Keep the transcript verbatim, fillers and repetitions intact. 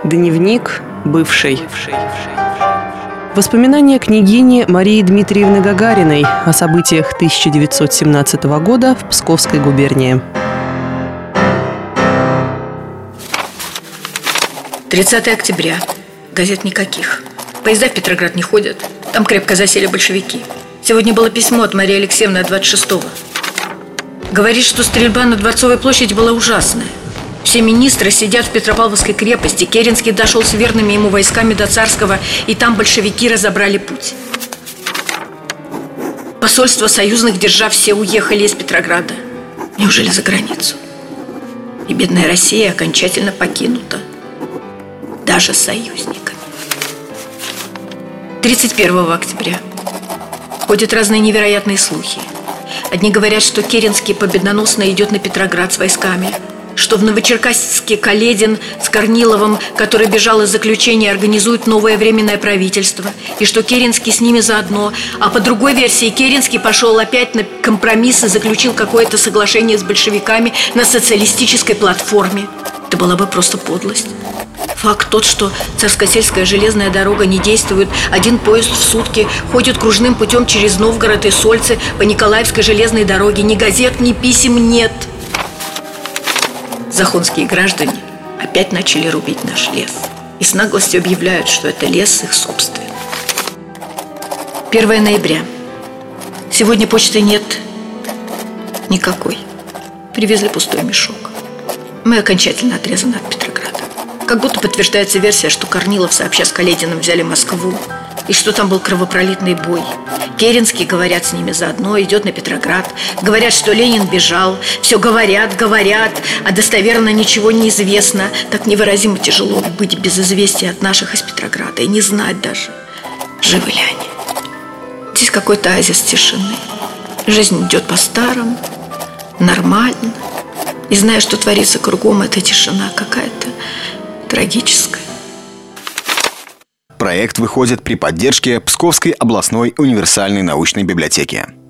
Дневник бывшей. Воспоминания княгини Марии Дмитриевны Гагариной о событиях тысяча девятьсот семнадцатого года в Псковской губернии. тридцатое октября. Газет никаких. Поезда в Петроград не ходят. Там крепко засели большевики. Сегодня было письмо от Марии Алексеевны от двадцать шестого. Говорит, что стрельба на Дворцовой площади была ужасная. Все министры сидят в Петропавловской крепости. Керенский дошел с верными ему войсками до Царского, и там большевики разобрали путь. Посольства союзных держав все уехали из Петрограда. Неужели за границу? И бедная Россия окончательно покинута даже союзниками. тридцать первого октября. Ходят разные невероятные слухи. Одни говорят, что Керенский победоносно идет на Петроград с войсками, что в Новочеркасске Каледин с Корниловым, который бежал из заключения, организует новое временное правительство, и что Керенский с ними заодно. А по другой версии, Керенский пошел опять на компромисс и заключил какое-то соглашение с большевиками на социалистической платформе. Это была бы просто подлость. Факт тот, что Царско-сельская железная дорога не действует. Один поезд в сутки ходит кружным путем через Новгород и Сольцы по Николаевской железной дороге. Ни газет, ни писем нет. Захонские граждане опять начали рубить наш лес и с наглостью объявляют, что это лес их собственный. первое ноября. Сегодня почты нет никакой. Привезли пустой мешок. Мы окончательно отрезаны от Петрограда. Как будто подтверждается версия, что Корнилов сообща с Калединым взяли Москву, и что там был кровопролитный бой. Керенский, говорят, с ними заодно, идет на Петроград. Говорят, что Ленин бежал. Все говорят, говорят, а достоверно ничего не известно. Так невыразимо тяжело быть без известия от наших из Петрограда и не знать даже, живы ли они. Здесь какой-то оазис тишины. Жизнь идет по-старому, нормально. И зная, что творится кругом, эта тишина какая-то трагическая. Проект выходит при поддержке Псковской областной универсальной научной библиотеки.